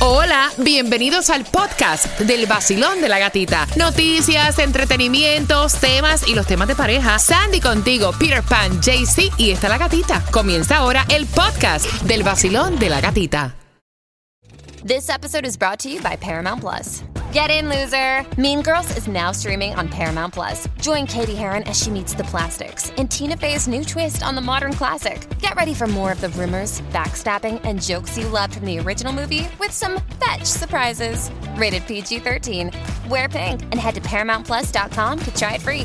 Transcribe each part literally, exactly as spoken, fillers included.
Hola, bienvenidos al podcast del Vacilón de la Gatita. Noticias, entretenimientos, temas y los temas de pareja. Sandy contigo, Peter Pan, J C y está la gatita. Comienza ahora el podcast del Vacilón de la Gatita. This episode is brought to you by Paramount Plus. Get in, loser! Mean Girls is now streaming on Paramount Plus. Join Katie Heron as she meets the plastics in Tina Fey's new twist on the modern classic. Get ready for more of the rumors, backstabbing, and jokes you loved from the original movie with some fetch surprises. Rated P G thirteen. Wear pink and head to paramount plus dot com to try it free.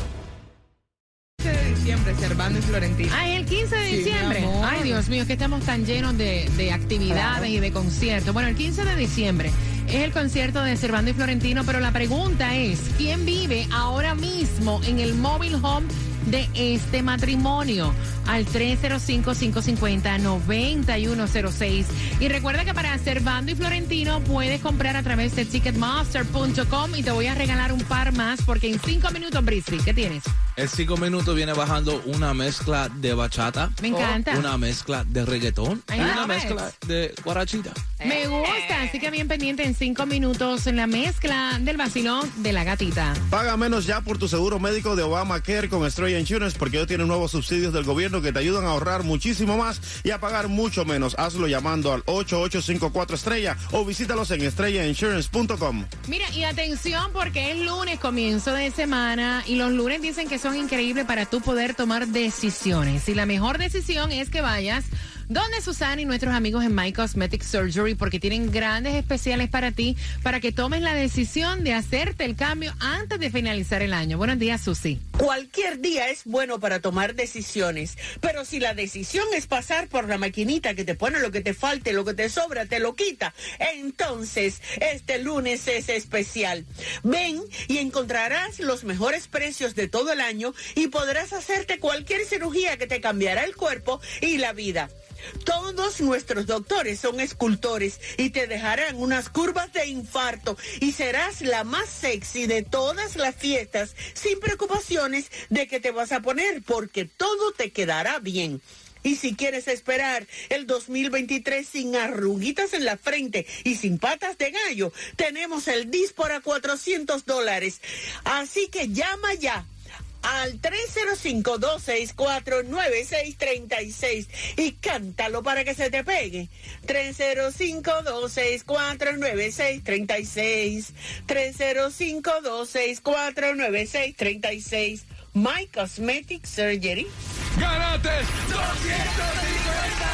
quince de diciembre, Servando y Florentino. Ay, el quince de Sí, diciembre. mi amor. Ay, Dios mío, que estamos tan llenos de, de actividades Claro. y de conciertos. Bueno, el quince de diciembre es el concierto de Servando y Florentino, pero la pregunta es, ¿quién vive ahora mismo en el mobile home de este matrimonio? Al tres cero cinco, cinco cinco cero, nueve uno cero seis. Y recuerda que para Servando y Florentino puedes comprar a través de ticketmaster punto com y te voy a regalar un par más porque en cinco minutos, Brizzy, ¿qué tienes? En cinco minutos viene bajando una mezcla de bachata. Me encanta. Una mezcla de reggaetón. Ay, y no una ves. mezcla de guarachita. Me gusta, así que bien pendiente en cinco minutos en la mezcla del vacilón de la gatita. Paga menos ya por tu seguro médico de Obamacare con Estrella Insurance porque ellos tienen nuevos subsidios del gobierno que te ayudan a ahorrar muchísimo más y a pagar mucho menos. Hazlo llamando al ocho ocho cinco cuatro estrella o visítalos en estrella insurance punto com. Mira, y atención porque es lunes, comienzo de semana, y los lunes dicen que son increíbles para tú poder tomar decisiones. Y la mejor decisión es que vayas donde Susana y nuestros amigos en My Cosmetic Surgery, porque tienen grandes especiales para ti, para que tomes la decisión de hacerte el cambio antes de finalizar el año. Buenos días, Susi. Cualquier día es bueno para tomar decisiones, pero si la decisión es pasar por la maquinita que te pone lo que te falte, lo que te sobra, te lo quita, entonces este lunes es especial. Ven y encontrarás los mejores precios de todo el año y podrás hacerte cualquier cirugía que te cambiará el cuerpo y la vida. Todos nuestros doctores son escultores y te dejarán unas curvas de infarto y serás la más sexy de todas las fiestas sin preocupaciones de que te vas a poner porque todo te quedará bien. Y si quieres esperar el dos mil veintitrés sin arruguitas en la frente y sin patas de gallo, tenemos el Dispor a cuatrocientos dólares. Así que llama ya al tres cero cinco, dos seis cuatro, nueve seis tres seis y cántalo para que se te pegue. tres cero cinco, dos seis cuatro, nueve seis tres seis. tres cero cinco, dos seis cuatro, nueve seis tres seis. My Cosmetic Surgery. ¡Gánate doscientos cincuenta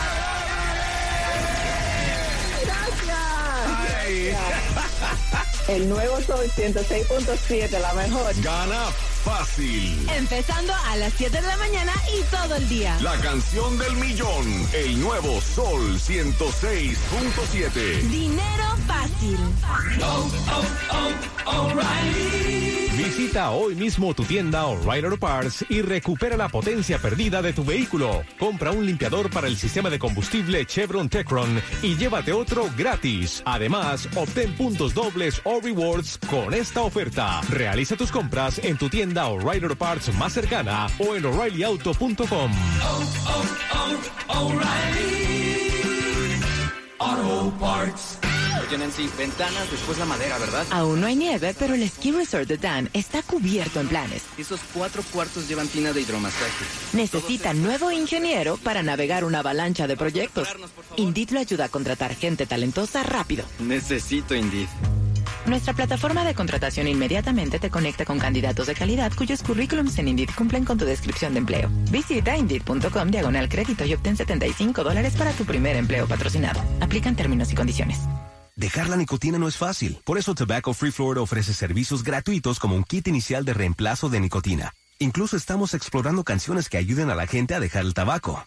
dólares! El nuevo Sol ciento seis punto siete, la mejor. Gana fácil. Empezando a las siete de la mañana y todo el día. La canción del millón. El nuevo Sol ciento seis punto siete. Dinero fácil. Oh, oh, oh, O'Reilly. Visita hoy mismo tu tienda O'Reilly Auto Parts y recupera la potencia perdida de tu vehículo. Compra un limpiador para el sistema de combustible Chevron Techron y llévate otro gratis. Además, obtén puntos dobles o rewards con esta oferta. Realiza tus compras en tu tienda O'Reilly Auto Parts más cercana o en O'Reilly Auto punto com. Oh, oh, oh, O'Reilly Auto Parts. Oye, Nancy, ventanas, después la madera, ¿verdad? Aún no hay nieve, pero el Ski Resort de Dan está cubierto en planes. Esos cuatro cuartos llevan tina de hidromasaje. Necesita nuevo ingeniero para navegar una avalancha de proyectos. Indeed lo ayuda a contratar gente talentosa rápido. Necesito Indeed. Nuestra plataforma de contratación inmediatamente te conecta con candidatos de calidad cuyos currículums en Indeed cumplen con tu descripción de empleo. Visita Indeed punto com diagonal crédito y obtén setenta y cinco dólares para tu primer empleo patrocinado. Aplican términos y condiciones. Dejar la nicotina no es fácil. Por eso Tobacco Free Florida ofrece servicios gratuitos como un kit inicial de reemplazo de nicotina. Incluso estamos explorando canciones que ayuden a la gente a dejar el tabaco.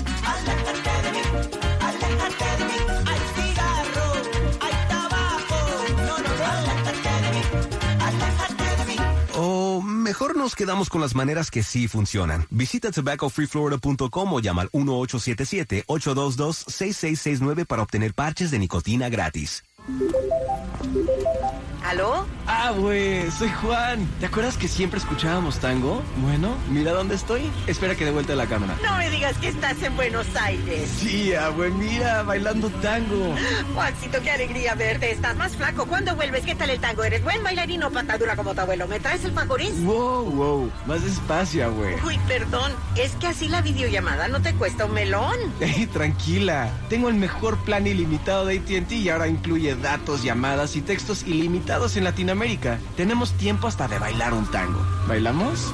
O mejor nos quedamos con las maneras que sí funcionan. Visita tobacco free florida punto com o llama al uno ocho siete siete, ocho dos dos, seis seis seis nueve para obtener parches de nicotina gratis. ¿Aló? Ah, güey, soy Juan. ¿Te acuerdas que siempre escuchábamos tango? Bueno, mira dónde estoy. Espera que dé vuelta la cámara. No me digas que estás en Buenos Aires. Sí, ah, güey, mira, bailando tango. Juancito, qué alegría verte. Estás más flaco. ¿Cuándo vuelves? ¿Qué tal el tango? ¿Eres buen bailarino o patadura como tu abuelo? ¿Me traes el favorís? Wow, wow, más despacio, güey. Uy, perdón. Es que así la videollamada no te cuesta un melón. Ey, tranquila. Tengo el mejor plan ilimitado de A T and T y ahora incluye datos, llamadas y textos ilimitados en Latinoamérica. Tenemos tiempo hasta de bailar un tango. ¿Bailamos?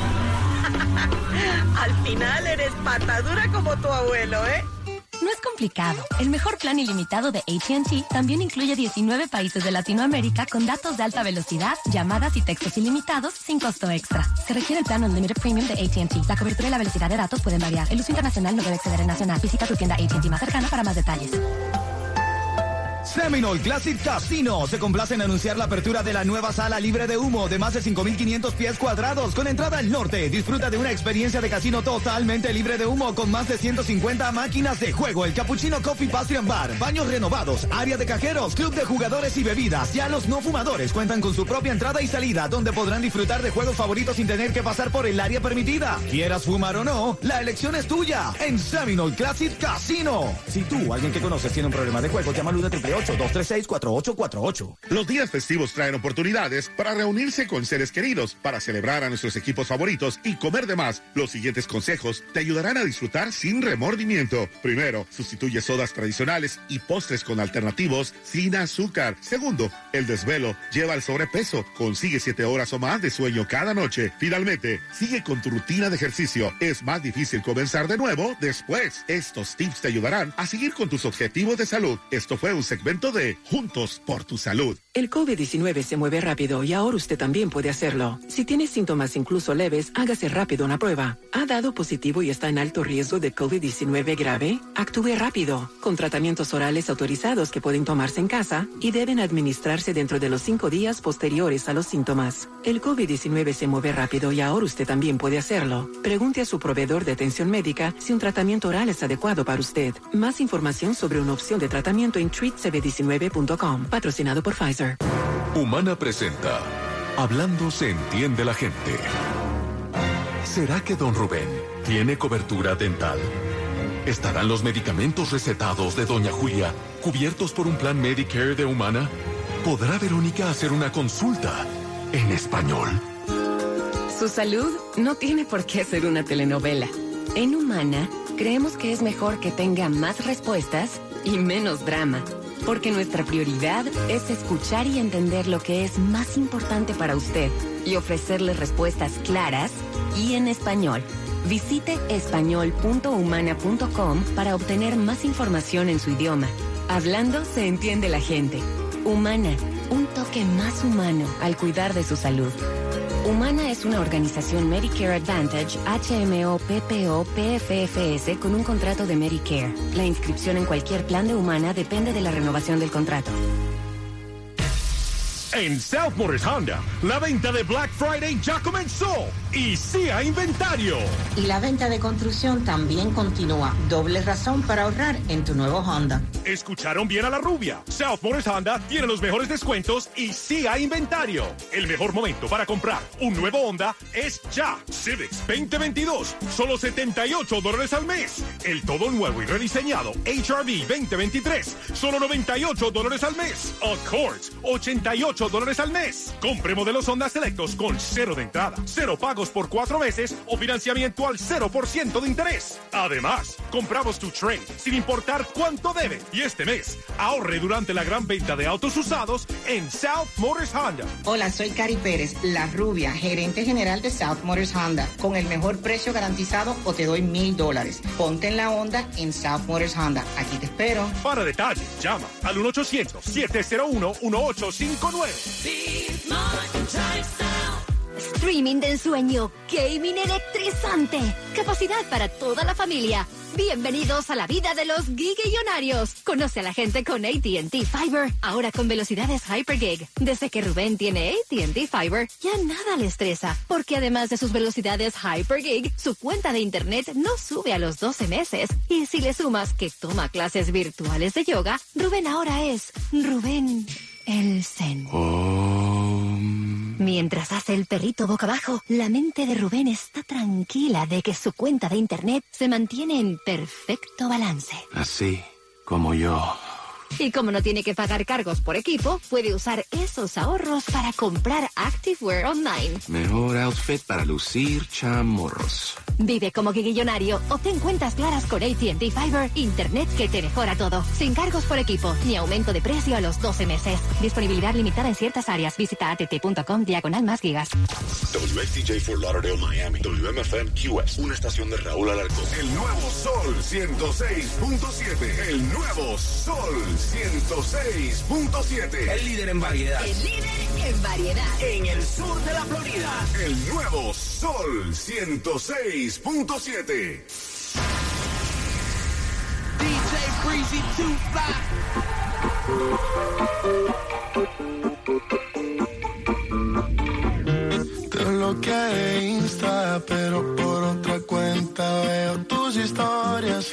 Al final eres patadura como tu abuelo, ¿eh? No es complicado. El mejor plan ilimitado de A T and T también incluye diecinueve países de Latinoamérica con datos de alta velocidad, llamadas y textos ilimitados sin costo extra. Se requiere el plan Unlimited Premium de A T and T. La cobertura y la velocidad de datos pueden variar. El uso internacional no debe exceder el nacional. Visita tu tienda A T and T más cercana para más detalles. Seminole Classic Casino se complace en anunciar la apertura de la nueva sala libre de humo de más de cinco mil quinientos pies cuadrados con entrada al norte. Disfruta de una experiencia de casino totalmente libre de humo con más de ciento cincuenta máquinas de juego, el Cappuccino Coffee Pastry and Bar, baños renovados, área de cajeros, club de jugadores y bebidas. Ya los no fumadores cuentan con su propia entrada y salida donde podrán disfrutar de juegos favoritos sin tener que pasar por el área permitida. Quieras fumar o no, la elección es tuya en Seminole Classic Casino. Si tú o alguien que conoces tiene un problema de juego, llámalo de triple ocho, dos tres seis, cuatro ocho cuatro ocho. Los días festivos traen oportunidades para reunirse con seres queridos, para celebrar a nuestros equipos favoritos y comer de más. Los siguientes consejos te ayudarán a disfrutar sin remordimiento. Primero, sustituye sodas tradicionales y postres con alternativos sin azúcar. Segundo, el desvelo lleva al sobrepeso. Consigue siete horas o más de sueño cada noche. Finalmente, sigue con tu rutina de ejercicio. Es más difícil comenzar de nuevo después. Estos tips te ayudarán a seguir con tus objetivos de salud. Esto fue un segmento de Juntos por tu Salud. El COVID diecinueve se mueve rápido y ahora usted también puede hacerlo. Si tiene síntomas incluso leves, hágase rápido una prueba. ¿Ha dado positivo y está en alto riesgo de COVID diecinueve grave? Actúe rápido, con tratamientos orales autorizados que pueden tomarse en casa y deben administrarse dentro de los cinco días posteriores a los síntomas. El COVID diecinueve se mueve rápido y ahora usted también puede hacerlo. Pregunte a su proveedor de atención médica si un tratamiento oral es adecuado para usted. Más información sobre una opción de tratamiento en treat c v diecinueve punto com, patrocinado por Pfizer. Humana presenta Hablando se entiende la gente. ¿Será que don Rubén tiene cobertura dental? ¿Estarán los medicamentos recetados de doña Julia cubiertos por un plan Medicare de Humana? ¿Podrá Verónica hacer una consulta en español? Su salud no tiene por qué ser una telenovela. En Humana, creemos que es mejor que tenga más respuestas y menos drama. Porque nuestra prioridad es escuchar y entender lo que es más importante para usted y ofrecerle respuestas claras y en español. Visite español punto humana punto com para obtener más información en su idioma. Hablando se entiende la gente. Humana, un toque más humano al cuidar de su salud. Humana es una organización Medicare Advantage, H M O, P P O, P F F S con un contrato de Medicare. La inscripción en cualquier plan de Humana depende de la renovación del contrato. En South Motors Honda, la venta de Black Friday ya comenzó y sí hay inventario. Y la venta de construcción también continúa. Doble razón para ahorrar en tu nuevo Honda. Escucharon bien a la rubia. South Motors Honda tiene los mejores descuentos y sí hay inventario. El mejor momento para comprar un nuevo Honda es ya. Civics veinte veintidós, solo setenta y ocho dólares al mes. El todo nuevo y rediseñado H R V veinte veintitrés, solo noventa y ocho dólares al mes. Accords, ochenta y ocho dólares al mes. Compre modelos Honda selectos con cero de entrada, cero pagos por cuatro meses o financiamiento al cero por ciento de interés. Además, compramos tu trade sin importar cuánto debe. Y este mes, ahorre durante la gran venta de autos usados en South Motors Honda. Hola, soy Cari Pérez, la rubia, gerente general de South Motors Honda. Con el mejor precio garantizado o te doy mil dólares. Ponte en la onda en South Motors Honda. Aquí te espero. Para detalles, llama al uno ochocientos, siete cero uno, uno ocho cinco nueve. Streaming de ensueño, gaming electrizante, capacidad para toda la familia. Bienvenidos a la vida de los gigillonarios. Conoce a la gente con A T and T Fiber, ahora con velocidades Hypergig. Desde que Rubén tiene A T and T Fiber, ya nada le estresa, porque además de sus velocidades Hypergig, su cuenta de internet no sube a los doce meses. Y si le sumas que toma clases virtuales de yoga, Rubén ahora es Rubén el Zen. Oh. Mientras hace el perrito boca abajo, la mente de Rubén está tranquila de que su cuenta de internet se mantiene en perfecto balance. Así como yo. Y como no tiene que pagar cargos por equipo, puede usar esos ahorros para comprar Activewear online. Mejor outfit para lucir chamorros. Vive como guiguillonario. Obtén cuentas claras con A T and T Fiber, internet que te mejora todo. Sin cargos por equipo, ni aumento de precio a los doce meses. Disponibilidad limitada en ciertas áreas. Visita att.com diagonal más gigas. W X T J Fort Lauderdale, Miami. W M F M Q S. Una estación de Raúl Alarcón. El nuevo Sol ciento seis punto siete. El nuevo Sol ciento seis punto siete. El líder en variedad. El líder en variedad. En el sur de la Florida. El nuevo Sol ciento seis punto siete. D J Breezy two Fly. Te bloqueé de Insta, pero por otra cuenta veo tus historias.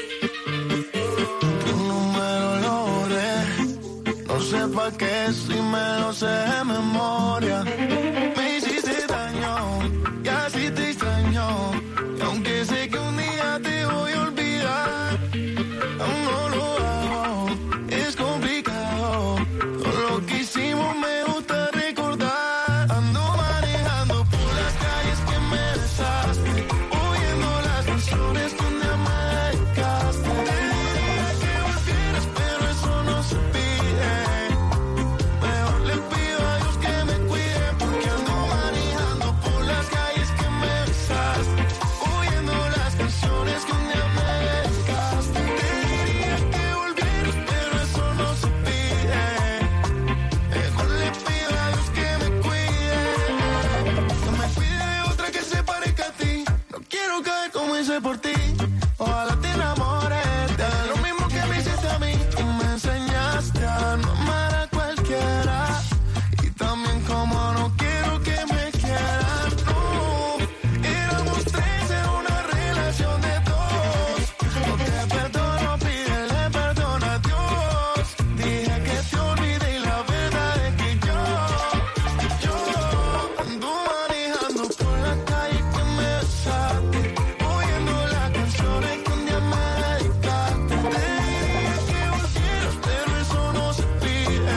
Tu número lo borré. No sé pa' qué si me lo sé de memoria. Me hiciste daño y así te extraño. Y aunque sé que un día te voy a olvidar, aún no lo hago, es complicado. Todo lo que hicimos me gusta recordar. Ando manejando por las calles que me besaste, oyendo las canciones que un día me dedicaste. Te diría que volvieras, pero eso no se pide. Mejor le pido a Dios que me cuide, porque ando manejando por las calles que me besaste, oyendo las canciones que un día me dedicaste. Te diría que volvieras, pero eso no se pide. Mejor le pido a Dios que me cuide, que me cuide de otra que se parezca a ti. No quiero caer como hice por ti. Ojalá te enamores, te haga lo mismo que me hiciste a mí. Tú me enseñaste a no amar a cualquiera, y también como no quiero que me quieran. No, éramos tres en una relación de dos. No te perdono, pídele perdón a Dios. Dije que te olvidé y la verdad es que yo, yo ando manejando por la calle que me besaste, oyendo las canciones que un día me dedicaste. Te diría que volvieras, pero eso no se pide.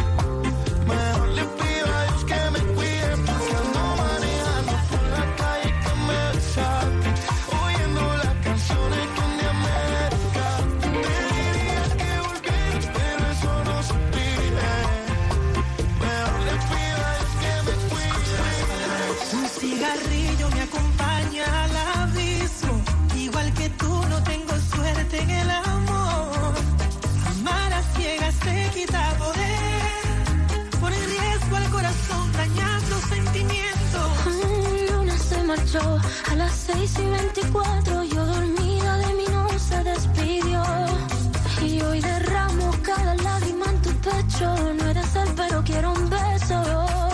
Mejor le pido a Dios que me cuide, porque ando manejando por la calle que me besaste, oyendo las canciones que un día me dedicaste. Te diría que volvieras, pero eso no se pide. Mejor le pido a Dios que me cuide. Un cigarrillo me acompaña al abismo. Igual que tú no tengo suerte en el amor. Amar a ciegas te quita poder. Pone en riesgo al corazón, dañas los sentimientos. Un lunes se marchó a las seis y veinticuatro. Yo dormida de mí no se despidió. Y hoy derramo cada lágrima en tu pecho. No eres él, pero quiero un beso.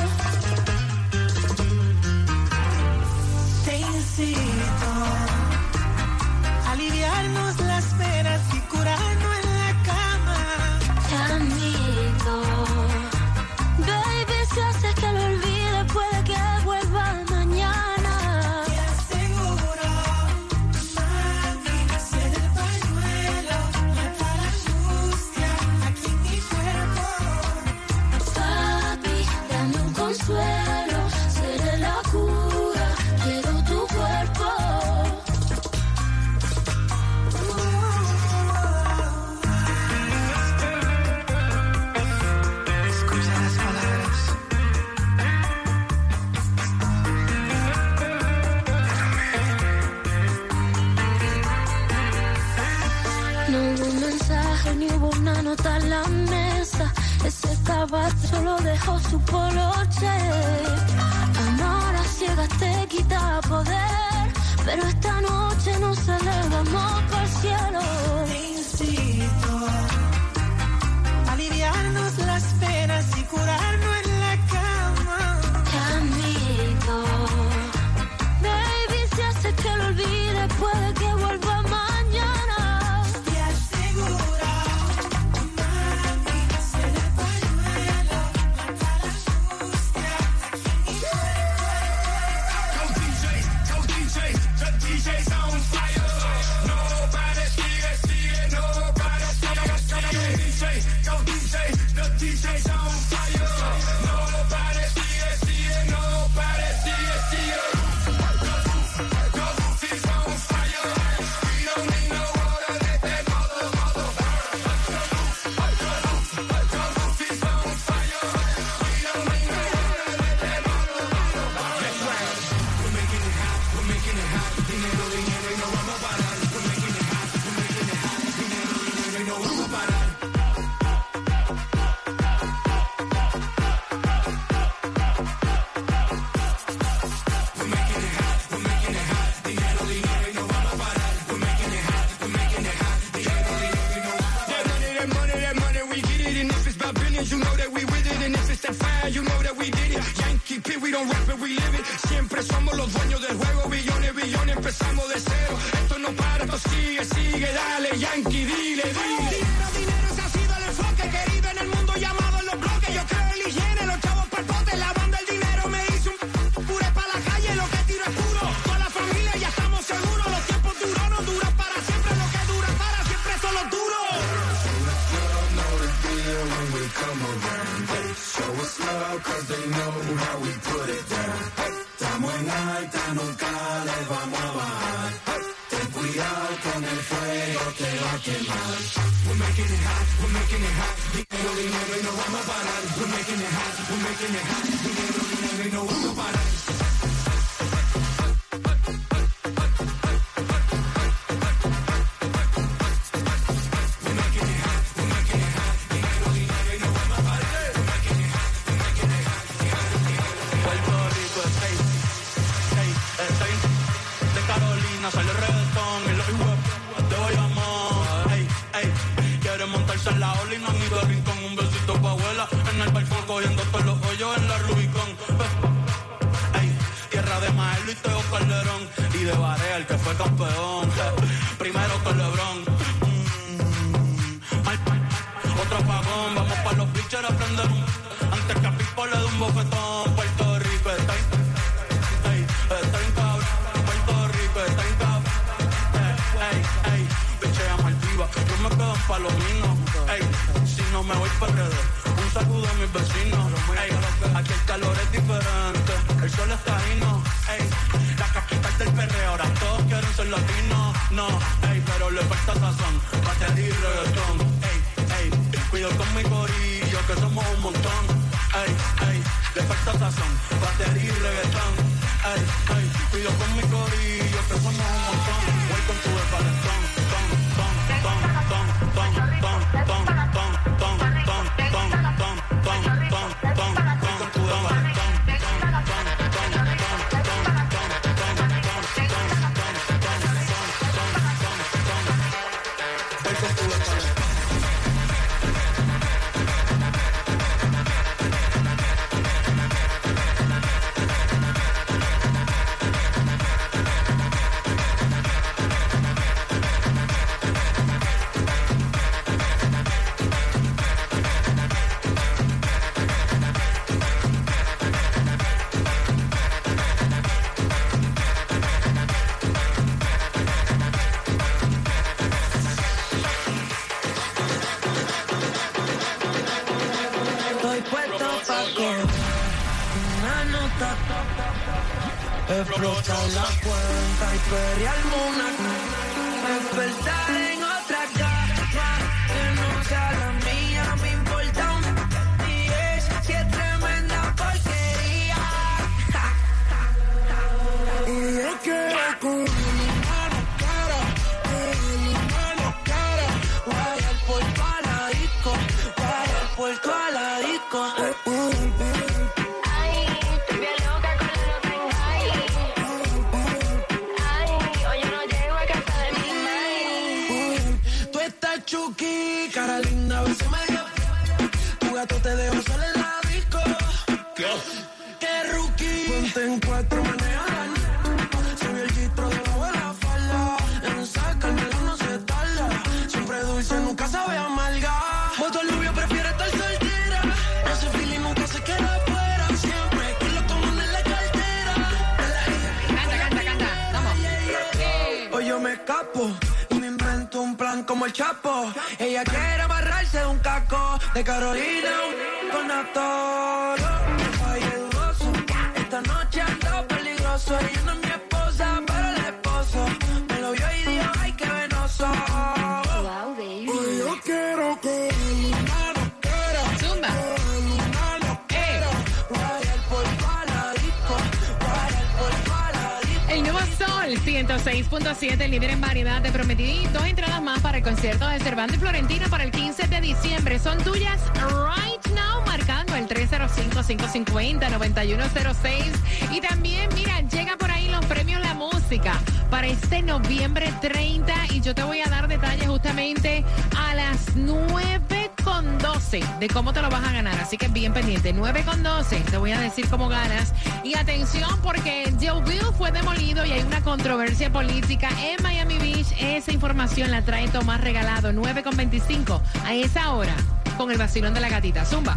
Te incito a aliviarnos las penas y curarnos en la cama. Te admito, baby, si haces que lo olvide, puede que vuelva mañana. Te aseguro, mami, ser el pañuelo, mata la angustia aquí en mi cuerpo. Papi, dame un consuelo, seré la cura, quiero tu cuerpo. Escucha las palabras. No hubo un mensaje ni hubo una nota en la mesa. Ese caballo lo dejó su poloche. Amar a ciegas te quita poder, pero esta noche nos elevamos para el cielo. Te incito a aliviarnos las penas y curarnos en la cama. Te admito, baby, si haces que lo olvide, puede que vuelva mañana. Te aseguro, mami, ser el pañuelo, mata la angustia aquí en mi cuerpo. know that we with it. And if it's that fire, you know that we did it. Yankee P, we don't rap it, we live it. Siempre somos los dueños del juego. Billones, billones, empezamos de cero. Esto no para, esto sigue, sigue. Dale, Yankee, dile, dile. Dinero, dinero, ese ha sido el enfoque. Querido en el mundo llamado en los bloques. Yo creo en la higiene, los chavos pa'l pote. La banda del dinero me hizo un puré pa' la calle. Lo que tiro es puro. Toda la familia ya estamos seguros. Los tiempos duros no duran para siempre. Lo que dura para siempre son los duros. Come around, hey, show us love, cause they know how we put it down. Hey, estamos en alta, nunca les vamos a bajar. Hey, ten cuidado con el fuego, te va a quemar. We're making it hot, we're making it hot. Dinero, dinero y no vamos a parar. We're making it hot, we're making it hot. Dinero, dinero y no vamos a parar. Sale el reggaetón y los hijos te voy a amar. Ey, ey, quiere montarse en la ola y no han ido al rincón. Un besito pa' abuela en el balcón, cogiendo todos los hoyos en la Rubicón. Ey, tierra de Maelo y Teo Calderón. Y de Barea, el que fue campeón. Primero con LeBron. Mm, ay, otro apagón, vamos pa' los pitchers a prender un. Antes que a Pipo le dé un bofetón. Puerto Rico está en, ey, está en cabrón. Está en cap, ey, ey, pichea Maldiva, yo me quedo en Palomino, ey, si no me voy para redes, un saludo a mis vecinos, ey, aquí el calor es diferente, el sol está ahí, no, ey, la capital del perreo, ahora todos quieren ser latinos, no, ey, pero le falta sazón, batería y reggaetón, ey, ey, cuido con mi corillo, que somos un montón, ey, ey, le falta sazón, batería y reggaetón, ey, ey, cuido con mi corillo, que somos un montón. Welcome to el Valentón, ton, ton, ton, ton, ton, ton, ton, ton, ton, ton, ton, ton, ton, ton, ton, welcome to el Valentón. Explotar la cuenta y perrear Mónaco. Despertar en otra cama que no sea la mía. Me importa un diez si es tremenda porquería. Y yo quiero con mi mano cara, con mi mano cara. Vaya el puerto a la disco, vaya el puerto a la disco. Chucky, cara linda, beso medio. Tu gato te dejo solo en la disco. Qué rookie. Ponte en cuatro, manejan. Se ve el gistro debajo de la falda. En sacármelo no se tarda. Siempre dulce, nunca sabe amarga. Voto el novio, prefiere estar soltera. Ese feeling nunca se queda afuera. Siempre que lo toman en la cartera. Canta, canta, canta. Vamos. Hoy yo me escapo. Un plan como el Chapo. Ella quiere amarrarse de un caco de Carolina con Atolo. Ay, dudoso. Esta noche ando peligroso. Ella no es mi esposa, pero el esposo me lo vio y dijo, ay, qué venoso. Wow, baby. Hoy yo quiero que mi mano quiera. Zumba. Mi mano quiera. Vaya el polvo a la disco. Vaya el polvo a la disco. El nuevo Sol ciento seis punto siete, líder en variedad. Te prometí dos entradas más para el concierto de Cervantes y Florentino para el quince de diciembre. Son tuyas right now, marcando el tres cero cinco, cinco cinco cero, nueve uno cero seis. Y también, mira, llega por ahí los premios La Música para este noviembre treinta. Y yo te voy a dar detalles justamente a las nueve con doce de cómo te lo vas a ganar. Así que bien pendiente. nueve con doce. Te voy a decir cómo ganas. Y atención, porque Joe Bill fue demolido y hay una controversia política en Miami Beach. Esa información la trae Tomás Regalado. nueve con veinticinco. A esa hora, con el vacilón de la gatita. Zumba.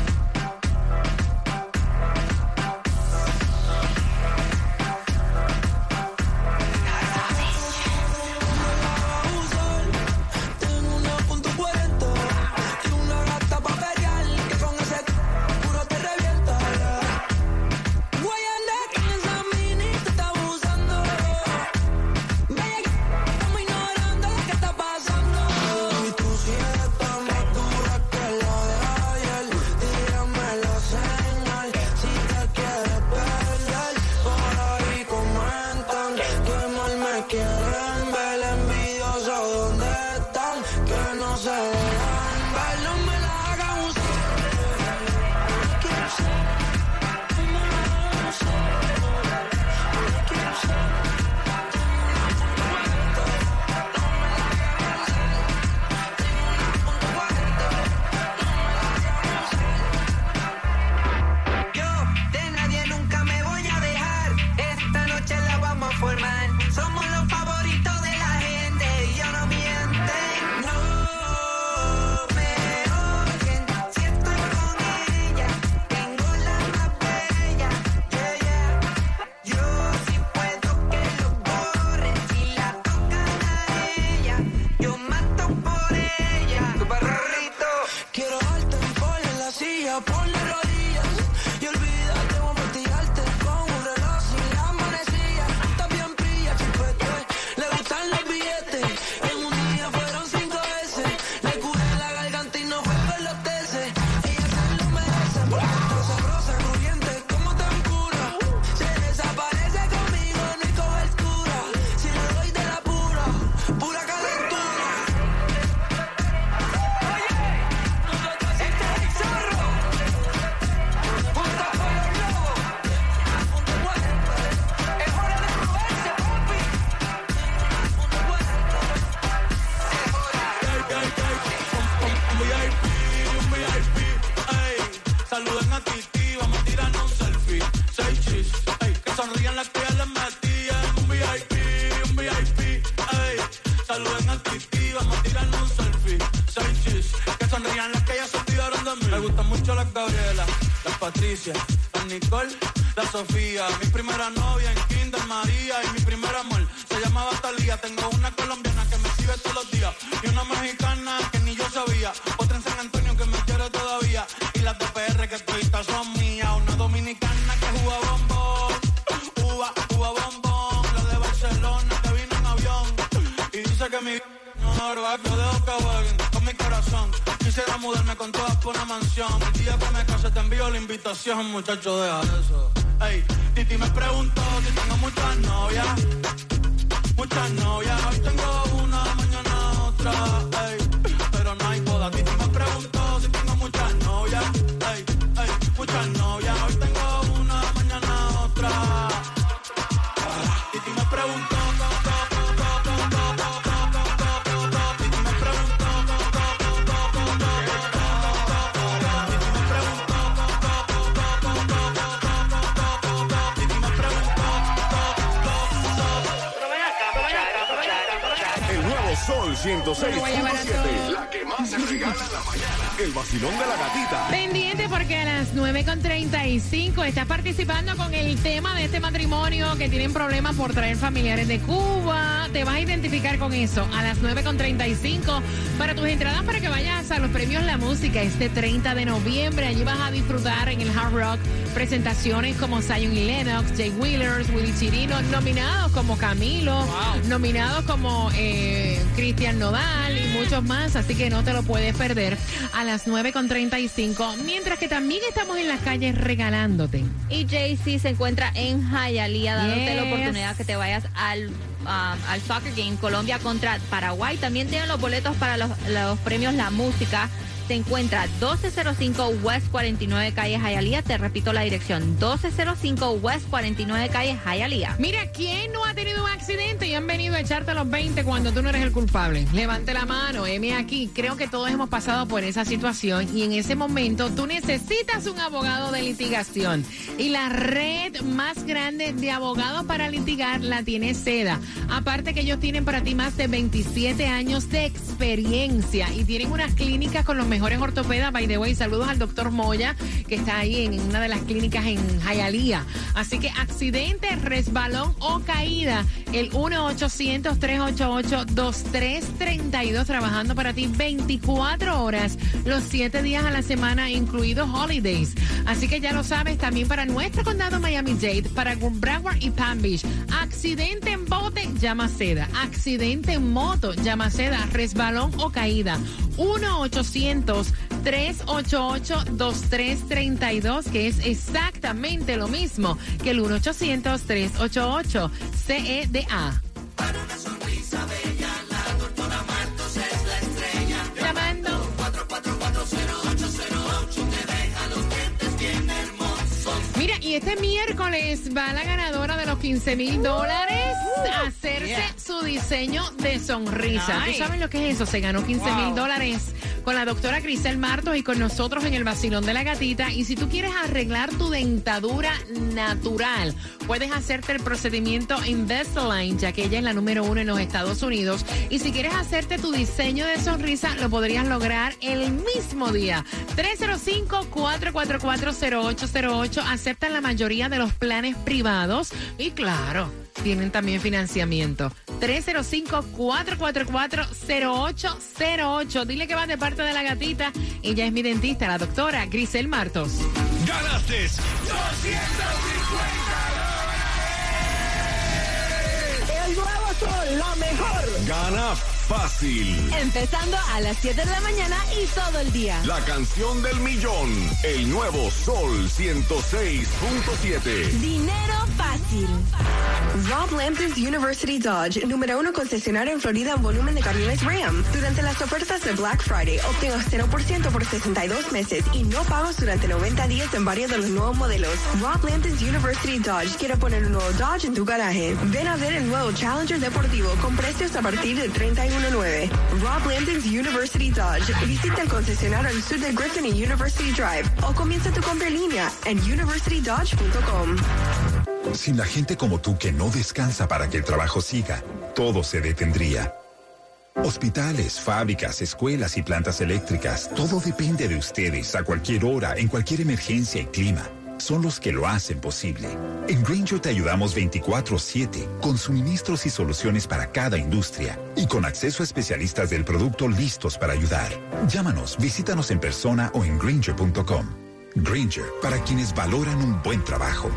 Saluden a Titi, vamos a tirarnos un selfie. Seis chis, ey, que sonrían las que ya les metían. Un V I P, un V I P, ey. Saluden a Titi, vamos a tirarnos un selfie. Seis chis, que sonrían las que ya se olvidaron de mí. Me gustan mucho las Gabriela, las Patricia, las Nicole, la Sofía. Mi primera novia en Kinder María y mi primer amor se llamaba Talía. Tengo una colombiana que me sigue todos los días y una mexicana que ni yo sabía. Otra en San Antonio que me quiere todavía. Y las de P R que todavía son mías. Una dominicana que juega bombón, uva, uva bombón. La de Barcelona que vino en avión y dice que mi no, yo dejo que jueguen con mi corazón. Quisiera mudarme con todas por una mansión. El día que me case te envío la invitación, muchacho, deja eso. Ey, Titi me preguntó si tengo muchas novias. Muchas novias, hoy tengo una, mañana otra. Ey, pero no hay boda. Titi me preguntó si tengo muchas novias. Ey, ey, muchas novias, hoy tengo una, mañana otra. Titi me preguntó. Sol ciento seis punto siete, la que más se regala en la mañana. El vacilón de la gatita. Pendiente porque a las nueve con treinta y cinco estás participando con el tema de este matrimonio que tienen problemas por traer familiares de Cuba. Te vas a identificar con eso a las nueve con treinta y cinco para tus entradas para que vayas a los premios La Música este treinta de noviembre. Allí vas a disfrutar en el Hard Rock presentaciones como Zion y Lennox, Jay Wheelers, Willy Chirino, nominados como Camilo, wow. nominados como eh, Cristian Nodal y muchos más, así que no te lo puedes perder a las nueve con treinta y cinco, mientras que también estamos en las calles regalándote. Y Jay-Z se encuentra en Hialeah dándote Yes. la oportunidad que te vayas al Um, al soccer game Colombia contra Paraguay. También tienen los boletos para los, los premios La Música se encuentra doce cero cinco West cuarenta y nueve Calle Hialeah. Te repito la dirección, doce cero cinco West cuarenta y nueve Calle Hialeah. Mira, ¿quién no ha tenido un accidente y han venido a echarte los veinte cuando tú no eres el culpable? Levante la mano, heme aquí. Creo que todos hemos pasado por esa situación y en ese momento tú necesitas un abogado de litigación. Y la red más grande de abogados para litigar la tiene Seda. Aparte que ellos tienen para ti más de veintisiete años de experiencia y tienen unas clínicas con los mejores ortopedas. By the way, saludos al doctor Moya, que está ahí en una de las clínicas en Hialeah. Así que accidente, resbalón o caída, el uno ochocientos, tres ocho ocho, dos tres tres dos, trabajando para ti veinticuatro horas, los siete días a la semana, incluidos holidays. Así que ya lo sabes, también para nuestro condado Miami-Dade, para Broward y Palm Beach. Accidente en bote, llama Seda. Accidente en moto, llama Seda. Resbalón o caída, uno ochocientos, tres ocho ocho, dos tres tres dos, que es exactamente lo mismo que el uno ochocientos, tres ocho ocho, C E D A. Para una sonrisa bella, la doctora Martos es la estrella. Llamando cuatro cuatro cuatro, cero ocho cero ocho, te deja los dientes bien hermosos. Mira, y este miércoles va la ganadora de los quince mil dólares a hacerse Yeah. su diseño de sonrisa. Nice. ¿Tú sabes lo que es eso? Se ganó quince mil dólares con la doctora Grisel Martos y con nosotros en el vacilón de la gatita. Y si tú quieres arreglar tu dentadura natural, puedes hacerte el procedimiento Invisalign, ya que ella es la número uno en los Estados Unidos. Y si quieres hacerte tu diseño de sonrisa, lo podrías lograr el mismo día. tres cero cinco, cuatro cuatro cuatro, cero ocho cero ocho. Aceptan la mayoría de los planes privados. Y claro, tienen también financiamiento. tres cero cinco, cuatro cuatro cuatro, cero ocho cero ocho. Dile que vas de parte de la gatita. Ella es mi dentista, la doctora Grisel Martos. ¡Ganaste doscientos cincuenta El nuevo sol, la mejor. Gana fácil. Empezando a las siete de la mañana y todo el día. La canción del millón. El nuevo Sol ciento seis punto siete. Dinero fácil. Rob Lampton's University Dodge, número uno concesionario en Florida en volumen de camiones Ram. Durante las ofertas de Black Friday, obtenga cero por ciento por sesenta y dos meses y no pagos durante noventa días en varios de los nuevos modelos. Rob Lampton's University Dodge quiere poner un nuevo Dodge en tu garaje. Ven a ver el nuevo Challenger deportivo con precios a partir de treinta y uno nueve. Rob Lampton's University Dodge. Visita el concesionario al sur de Griffin y University Drive o comienza tu compra en línea en university dodge punto com. Sin la gente como tú que no descansa para que el trabajo siga, todo se detendría. Hospitales, fábricas, escuelas y plantas eléctricas, todo depende de ustedes a cualquier hora, en cualquier emergencia y clima. Son los que lo hacen posible. En Grainger te ayudamos veinticuatro siete, con suministros y soluciones para cada industria y con acceso a especialistas del producto listos para ayudar. Llámanos, visítanos en persona o en grainger punto com. Grainger, para quienes valoran un buen trabajo.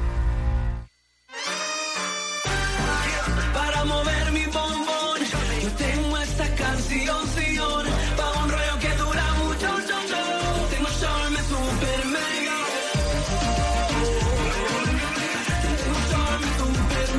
Para mover mi bombón, yo tengo esta canción, sion, pa' un rollo que dura mucho, yo, yo. Tengo Charme Super Mega. Tengo Charme Super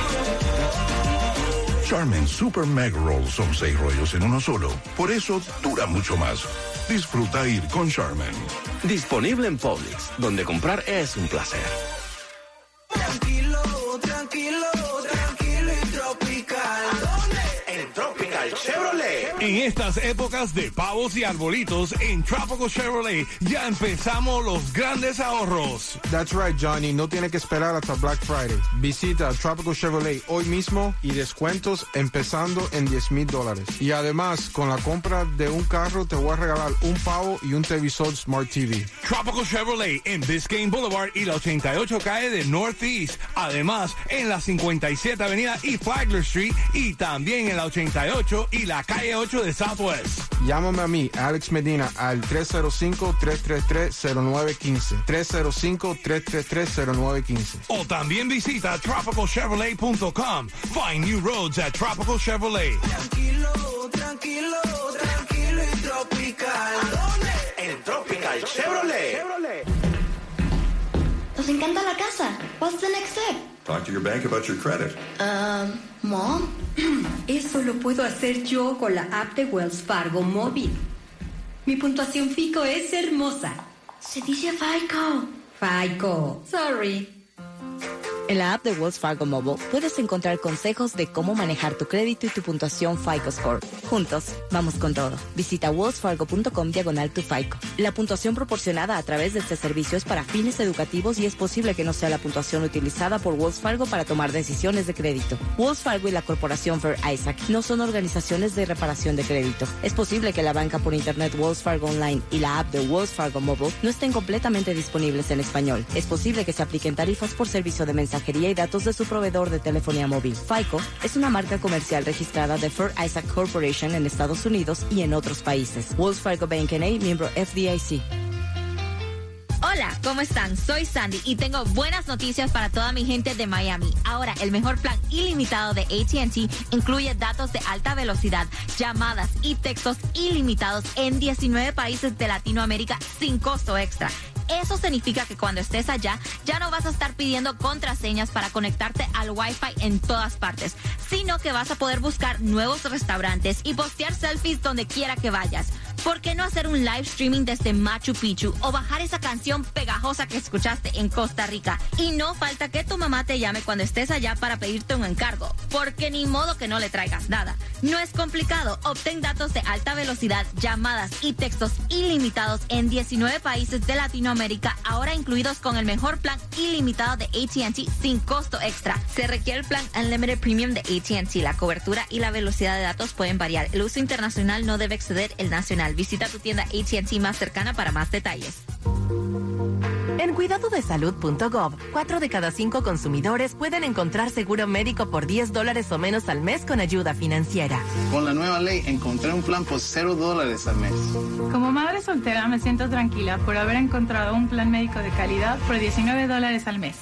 Mega. Charmin Super Mega Roll son seis rollos en uno solo. Por eso dura mucho más. Disfruta ir con Charmin. Disponible en Publix, donde comprar es un placer. Tranquilo, tranquilo, tranquilo y tropical. ¿Dónde? En Tropical Chevrolet. En estas épocas de pavos y arbolitos, en Tropical Chevrolet ya empezamos los grandes ahorros. That's right, Johnny. No tiene que esperar hasta Black Friday. Visita Tropical Chevrolet hoy mismo y descuentos empezando en diez mil dólares. Y además, con la compra de un carro, te voy a regalar un pavo y un televisor Smart T V. Tropical Chevrolet en Biscayne Boulevard y la ochenta y ocho calle de Northeast. Además, en la cincuenta y siete Avenida y Flagler Street y también en la ochenta y ocho y la calle ocho de Southwest. Llámame a mí, Alex Medina, al tres cero cinco, tres tres tres, cero nueve uno cinco. tres cero cinco, tres tres tres, cero nueve uno cinco. O también visita tropical chevrolet punto com. Find new roads at Tropical Chevrolet. Tranquilo, tranquilo, tranquilo y tropical. ¿Dónde? En Tropical Chevrolet. Nos encanta la casa. What's the next step? Talk to your bank about your credit. Um, Mom. Eso lo puedo hacer yo con la app de Wells Fargo Móvil. Mi puntuación FICO es hermosa. Se dice FICO. FICO. Sorry. En la app de Wells Fargo Mobile puedes encontrar consejos de cómo manejar tu crédito y tu puntuación FICO Score. Juntos, vamos con todo. Visita wellsfargo.com diagonal tu FICO. La puntuación proporcionada a través de este servicio es para fines educativos y es posible que no sea la puntuación utilizada por Wells Fargo para tomar decisiones de crédito. Wells Fargo y la corporación Fair Isaac no son organizaciones de reparación de crédito. Es posible que la banca por internet Wells Fargo Online y la app de Wells Fargo Mobile no estén completamente disponibles en español. Es posible que se apliquen tarifas por servicio de mensajería y datos de su proveedor de telefonía móvil. FICO es una marca comercial registrada de Fair Isaac Corporation en Estados Unidos y en otros países. Wells Fargo Bank N A, miembro F D I C. Hola, ¿cómo están? Soy Sandy y tengo buenas noticias para toda mi gente de Miami. Ahora, el mejor plan ilimitado de A T and T incluye datos de alta velocidad, llamadas y textos ilimitados en diecinueve países de Latinoamérica sin costo extra. Eso significa que cuando estés allá, ya no vas a estar pidiendo contraseñas para conectarte al Wi-Fi en todas partes, sino que vas a poder buscar nuevos restaurantes y postear selfies donde quiera que vayas. ¿Por qué no hacer un live streaming desde Machu Picchu o bajar esa canción pegajosa que escuchaste en Costa Rica? Y no falta que tu mamá te llame cuando estés allá para pedirte un encargo, porque ni modo que no le traigas nada. No es complicado. Obtén datos de alta velocidad, llamadas y textos ilimitados en diecinueve países de Latinoamérica, ahora incluidos con el mejor plan ilimitado de A T and T sin costo extra. Se requiere el plan Unlimited Premium de A T and T. La cobertura y la velocidad de datos pueden variar. El uso internacional no debe exceder el nacional. Visita tu tienda A T and T más cercana para más detalles. En cuidado de salud punto gov, cuatro de cada cinco consumidores pueden encontrar seguro médico por diez dólares o menos al mes con ayuda financiera. Con la nueva ley encontré un plan por cero dólares al mes. Como madre soltera me siento tranquila por haber encontrado un plan médico de calidad por diecinueve dólares al mes.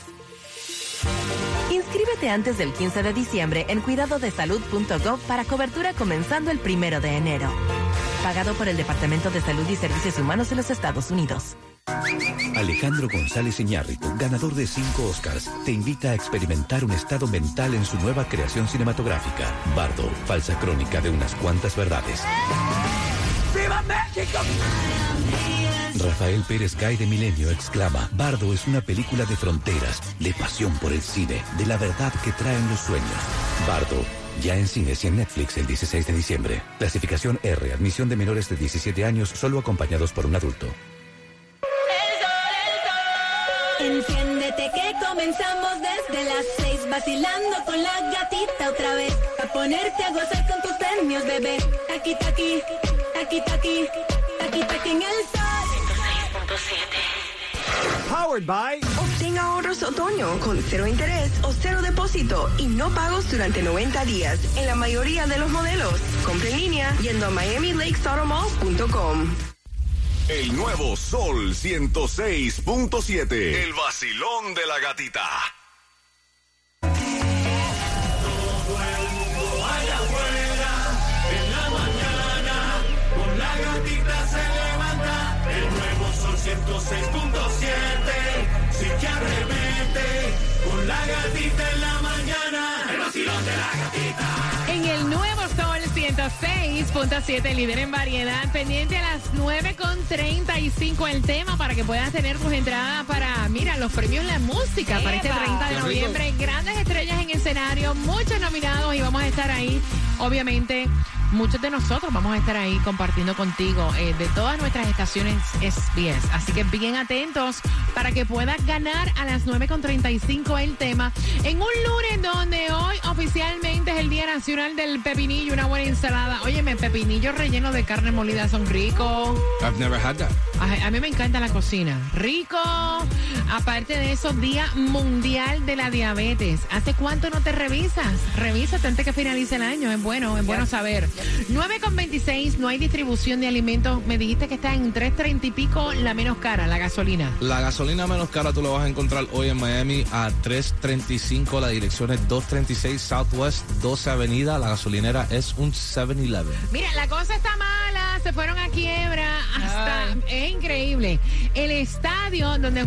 Inscríbete antes del quince de diciembre en cuidado de salud punto gov para cobertura comenzando el primero de enero. Pagado por el Departamento de Salud y Servicios Humanos de los Estados Unidos. Alejandro González Iñárritu, ganador de cinco Oscars, te invita a experimentar un estado mental en su nueva creación cinematográfica, Bardo, falsa crónica de unas cuantas verdades. ¡Viva México! Rafael Pérez Gay de Milenio exclama, Bardo es una película de fronteras, de pasión por el cine, de la verdad que traen los sueños. Bardo, ya en cines y en Netflix el dieciséis de diciembre. Clasificación R, admisión de menores de diecisiete años, solo acompañados por un adulto. Enciéndete que comenzamos desde las seis, vacilando con la gatita otra vez, a ponerte a gozar con tus premios, bebé. Taki taki, taki taki, taki taki en el sol. ciento seis punto siete. Powered by. Obtén ahorros otoño con cero interés o cero depósito y no pagos durante noventa días en la mayoría de los modelos. Compra en línea yendo a miami lakes auto mall punto com. El nuevo Sol ciento seis punto siete. El vacilón de la gatita. Todo el mundo allá afuera, en la mañana, con la gatita se levanta. El nuevo Sol ciento seis punto siete. Sí que arremete, con la gatita en la mañana. El vacilón de la gatita. En el nuevo Sol ciento seis punto siete, líder en variedad, pendiente a las nueve con treinta y cinco el tema para que puedas tener tus entradas para, mira, los premios La Música para este treinta de noviembre. Grandes estrellas en escenario, muchos nominados y vamos a estar ahí, obviamente. Muchos de nosotros vamos a estar ahí compartiendo contigo eh, de todas nuestras estaciones S B S. Así que bien atentos para que puedas ganar a las nueve con treinta y cinco el tema. En un lunes donde hoy oficialmente es el Día Nacional del Pepinillo, una buena ensalada. Óyeme, pepinillos rellenos de carne molida son ricos. I've never had that. A, a mí me encanta la cocina. Rico. Aparte de eso, Día Mundial de la Diabetes. ¿Hace cuánto no te revisas? Revísate antes que finalice el año. Es bueno, es bueno saber. nueve con veintiséis, no hay distribución de alimentos. Me dijiste que está en tres treinta y pico la menos cara, la gasolina. La gasolina menos cara tú la vas a encontrar hoy en Miami a tres treinta y cinco. La dirección es doscientos treinta y seis Southwest doce Avenida. La gasolinera es un seven eleven. Mira, la cosa está mala. Se fueron a quiebra. Hasta, es increíble. El estadio donde juegan los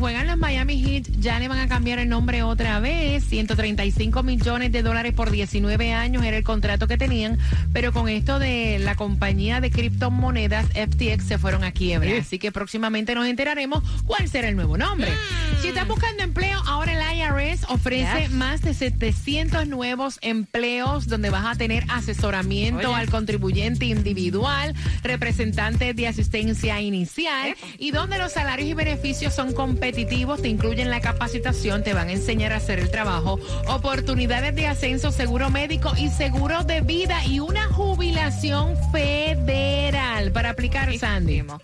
Miami Heat ya le van a cambiar el nombre otra vez. ciento treinta y cinco millones de dólares por diecinueve años era el contrato que tenían, pero con esto de la compañía de criptomonedas F T X se fueron a quiebra. Sí. Así que próximamente nos enteraremos cuál será el nuevo nombre. Mm. Si estás buscando empleo, ahora el I R S ofrece yes. más de setecientos nuevos empleos donde vas a tener asesoramiento Oye. al contribuyente individual, representantes de asistencia inicial Epa. y donde los salarios y beneficios son competitivos, te incluyen la capacitación, te van a enseñar a hacer el trabajo, oportunidades de ascenso, seguro médico y seguro de vida y una jubilación federal. Para aplicar, Sandy, w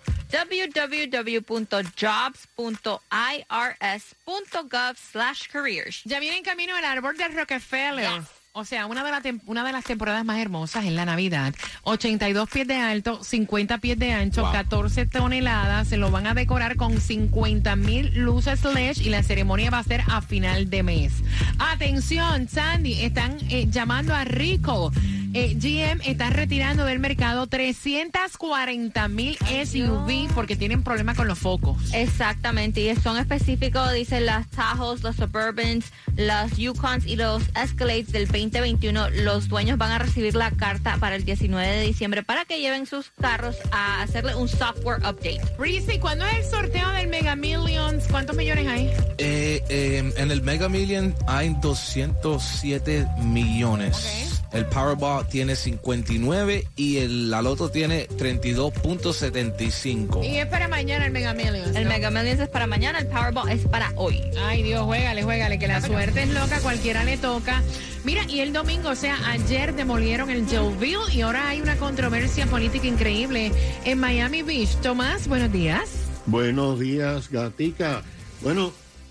w w punto jobs punto i r s punto gov slash careers. Ya viene en camino el árbol de Rockefeller. Yes. O sea, una de, la una de las temporadas más hermosas es la Navidad. ochenta y dos pies de alto, cincuenta pies de ancho, wow. catorce toneladas. Se lo van a decorar con cincuenta mil luces L E D y la ceremonia va a ser a final de mes. Atención, Sandy, están eh, llamando a Rico. Eh, G M está retirando del mercado trescientos cuarenta mil S U V porque tienen problemas con los focos. Exactamente, y son específicos, dicen las Tahoes, los Suburbans, las Yukons y los Escalades del veinte veintiuno. Los dueños van a recibir la carta para el diecinueve de diciembre para que lleven sus carros a hacerle un software update. Rizzy, ¿cuándo es el sorteo del Mega Millions? ¿Cuántos millones hay? Eh, eh, en el Mega Million hay doscientos siete millones. Okay. El Powerball tiene cincuenta y nueve y el la Loto tiene treinta y dos punto setenta y cinco. Y es para mañana el Mega Millions, ¿no? El Mega Millions es para mañana, el Powerball es para hoy. Ay, Dios, juégale, juégale, que la no, suerte no. es loca, cualquiera le toca. Mira, y el domingo, o sea, ayer demolieron el Joeville y ahora hay una controversia política increíble en Miami Beach. Tomás, buenos días. Buenos días, Gatica. Bueno,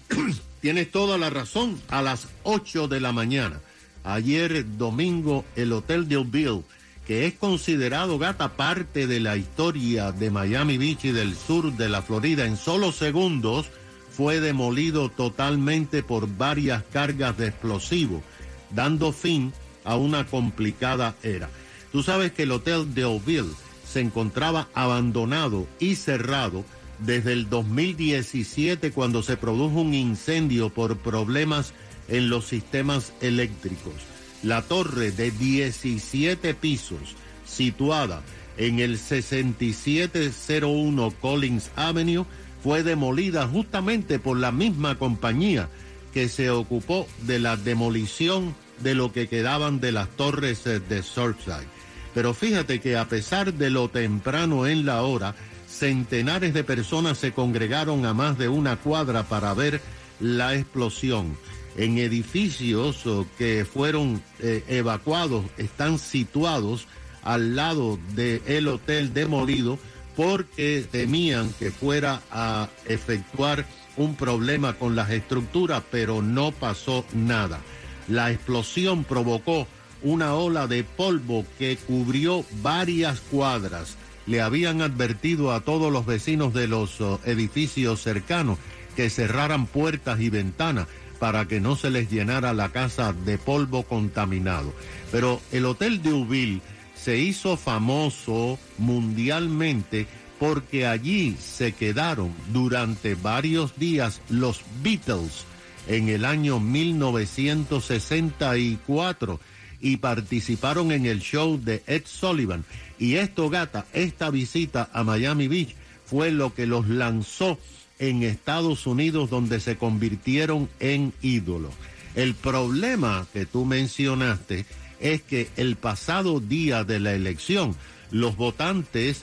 tienes toda la razón. A las ocho de la mañana. Ayer domingo, el Hotel Joeville, que es considerado, Gata, parte de la historia de Miami Beach y del sur de la Florida, en solo segundos fue demolido totalmente por varias cargas de explosivos, dando fin a una complicada era. Tú sabes que el Hotel Joeville se encontraba abandonado y cerrado desde el dos mil diecisiete, cuando se produjo un incendio por problemas en los sistemas eléctricos. La torre de diecisiete pisos, situada en el sesenta y siete cero uno Collins Avenue, fue demolida justamente por la misma compañía que se ocupó de la demolición de lo que quedaban de las torres de Surfside. Pero fíjate que a pesar de lo temprano en la hora, centenares de personas se congregaron a más de una cuadra para ver la explosión. En edificios que fueron eh, evacuados, están situados al lado del hotel demolido porque temían que fuera a efectuar un problema con las estructuras, pero no pasó nada. La explosión provocó una ola de polvo que cubrió varias cuadras. Le habían advertido a todos los vecinos de los uh, edificios cercanos que cerraran puertas y ventanas para que no se les llenara la casa de polvo contaminado. Pero el Hotel Joeville se hizo famoso mundialmente porque allí se quedaron durante varios días los Beatles en el año mil novecientos sesenta y cuatro y participaron en el show de Ed Sullivan. Y esto, Gata, esta visita a Miami Beach fue lo que los lanzó en Estados Unidos, donde se convirtieron en ídolos. El problema que tú mencionaste es que el pasado día de la elección, los votantes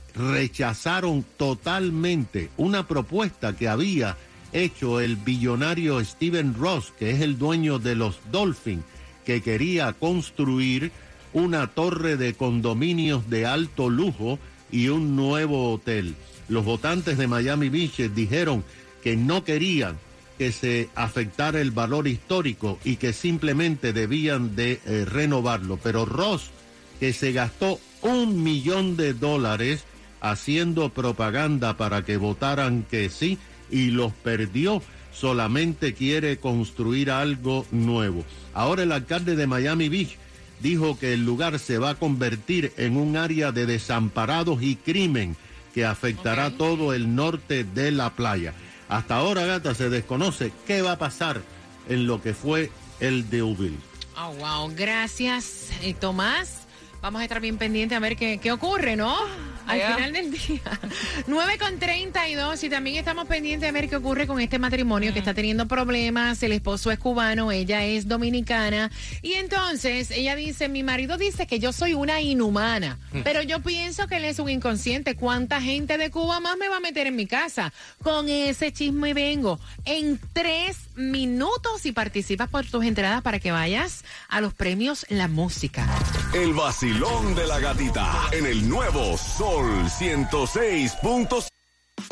rechazaron totalmente una propuesta que había hecho el billonario Stephen Ross, que es el dueño de los Dolphins, que quería construir una torre de condominios de alto lujo y un nuevo hotel. Los votantes de Miami Beach dijeron que no querían que se afectara el valor histórico y que simplemente debían de eh, renovarlo. Pero Ross, que se gastó un millón de dólares haciendo propaganda para que votaran que sí y los perdió, solamente quiere construir algo nuevo. Ahora el alcalde de Miami Beach dijo que el lugar se va a convertir en un área de desamparados y crimen que afectará okay. todo el norte de la playa. Hasta ahora, gata, se desconoce qué va a pasar en lo que fue el Deauville. Oh, wow. Gracias, eh, Tomás. Vamos a estar bien pendientes a ver qué, qué ocurre, ¿no? Al Allá. final del día. nueve con treinta y dos y también estamos pendientes de ver qué ocurre con este matrimonio mm. que está teniendo problemas. El esposo es cubano, ella es dominicana. Y entonces ella dice, mi marido dice que yo soy una inhumana, mm. pero yo pienso que él es un inconsciente. ¿Cuánta gente de Cuba más me va a meter en mi casa? Con ese chisme vengo en tres minutos y participas por tus entradas para que vayas a los premios La Música. El vacilón de la gatita en el nuevo Sol ciento seis punto siete.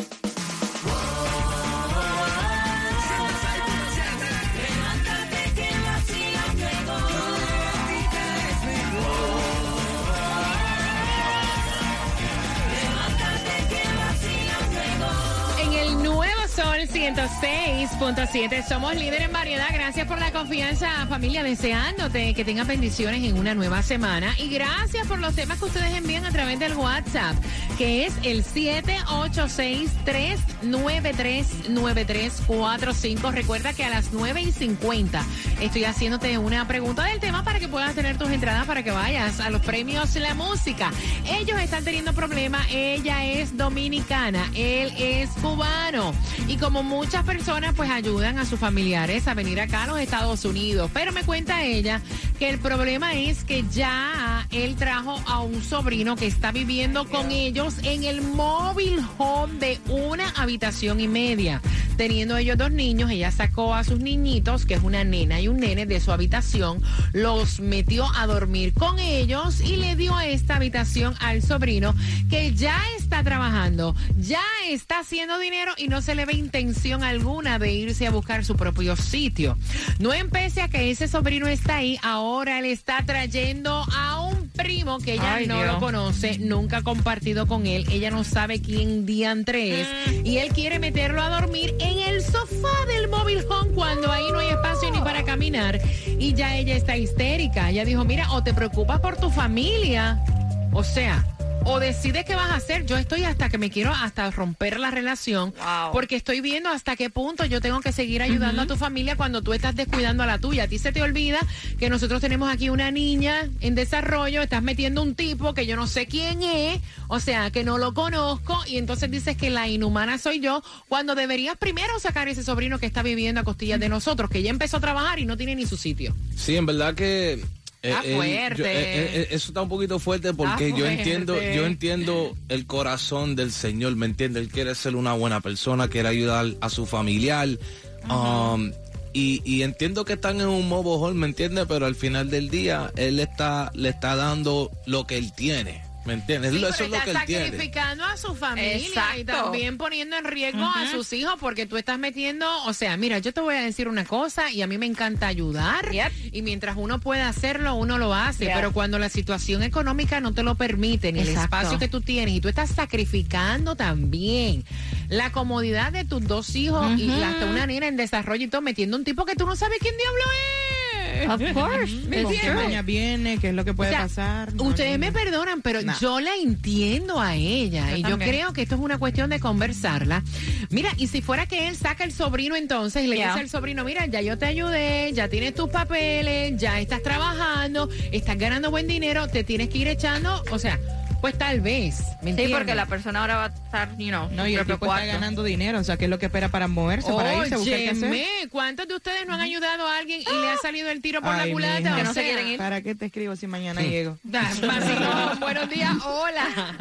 Sol ciento seis punto siete. Somos líderes en variedad. Gracias por la confianza, familia. Deseándote que tengas bendiciones en una nueva semana. Y gracias por los temas que ustedes envían a través del WhatsApp, que es el siete ocho seis, tres nueve tres, nueve tres cuatro cinco. Recuerda que a las nueve y cincuenta estoy haciéndote una pregunta del tema para que puedas tener tus entradas para que vayas a los premios La Música. Ellos están teniendo problemas. Ella es dominicana, él es cubano. Y como muchas personas pues ayudan a sus familiares a venir acá a los Estados Unidos. Pero me cuenta ella que el problema es que ya él trajo a un sobrino que está viviendo con ellos en el mobile home de una habitación y media. Teniendo ellos dos niños, ella sacó a sus niñitos, que es una nena y un nene, de su habitación, los metió a dormir con ellos y le dio esta habitación al sobrino, que ya está trabajando, ya está haciendo dinero y no se le ve intención alguna de irse a buscar su propio sitio. No empece a que ese sobrino está ahí, ahora le está trayendo a un primo que ella Ay, no Dios. lo conoce, nunca ha compartido con él, ella no sabe quién diantre es, mm. y él quiere meterlo a dormir en el sofá del mobile home cuando ahí no hay espacio ni para caminar, y ya ella está histérica. Ella dijo, mira, o te preocupas por tu familia, o sea, o decides qué vas a hacer. Yo estoy hasta que me quiero hasta romper la relación, wow. porque estoy viendo hasta qué punto yo tengo que seguir ayudando uh-huh. a tu familia cuando tú estás descuidando a la tuya. A ti se te olvida que nosotros tenemos aquí una niña en desarrollo, estás metiendo un tipo que yo no sé quién es, o sea, que no lo conozco, y entonces dices que la inhumana soy yo, cuando deberías primero sacar ese sobrino que está viviendo a costillas de nosotros, que ya empezó a trabajar y no tiene ni su sitio. Sí, en verdad que... Está eh, fuerte. Yo, eh, eh, eso está un poquito fuerte porque Está yo fuerte. entiendo, yo entiendo el corazón del Señor, ¿me entiende? Él quiere ser una buena persona, quiere ayudar a su familiar. Uh-huh. um, y, y entiendo que están en un mobile home, ¿me entiende? Pero al final del día, él está, le está dando lo que él tiene. ¿Me entiendes? Sí, Eso pero es lo que él está tiene. sacrificando a su familia. Exacto. Y también poniendo en riesgo uh-huh. a sus hijos, porque tú estás metiendo, o sea, mira, yo te voy a decir una cosa, y a mí me encanta ayudar, yep. y mientras uno pueda hacerlo, uno lo hace, yep. pero cuando la situación económica no te lo permite, ni Exacto. el espacio que tú tienes, y tú estás sacrificando también la comodidad de tus dos hijos, uh-huh. y hasta una nena en desarrollo y todo, metiendo un tipo que tú no sabes quién diablo es. Of course. ¿Me ¿Con qué maña viene? ¿Qué es lo que puede o sea, pasar? No, ustedes no, me perdonan, pero no. yo la entiendo a ella. Yo y también. Yo creo que esto es una cuestión de conversarla. Mira, y si fuera que él saca el sobrino entonces y le yeah. dice al sobrino, mira, ya yo te ayudé, ya tienes tus papeles, ya estás trabajando, estás ganando buen dinero, te tienes que ir echando, o sea... Pues tal vez, ¿me entiendes? Sí, porque la persona ahora va a estar, you know, no, y el tipo está ganando dinero, o sea, ¿qué es lo que espera para moverse, para irse a buscar qué hacer? ¿Cuántos de ustedes no han ayudado a alguien y le ha salido el tiro por Ay, la culata? Que no se quieren ir. ¿Para qué te escribo si mañana llego? Vacilón, buenos días, hola.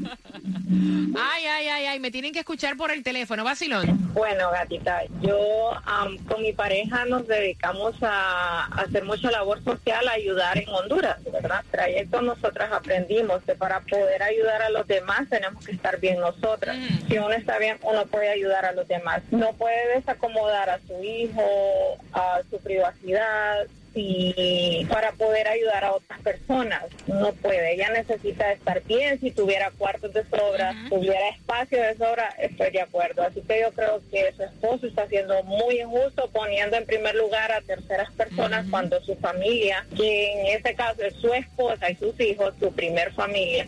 Ay, ay, ay, ay, me tienen que escuchar por el teléfono, vacilón. Bueno, gatita, yo um, con mi pareja nos dedicamos a, a hacer mucha labor social, a ayudar en Honduras, ¿verdad? Trayecto nosotras aprendimos que para poder ayudar a los demás tenemos que estar bien nosotras. Mm. Si uno está bien, uno puede ayudar a los demás. No puede desacomodar a su hijo, a su privacidad, y para poder ayudar a otras personas. No puede, ella necesita estar bien. Si tuviera cuartos de sobra, uh-huh. tuviera espacio de sobra, estoy de acuerdo. Así que yo creo que su esposo está siendo muy injusto poniendo en primer lugar a terceras personas uh-huh. cuando su familia, que en este caso es su esposa y sus hijos, su primer familia, uh-huh.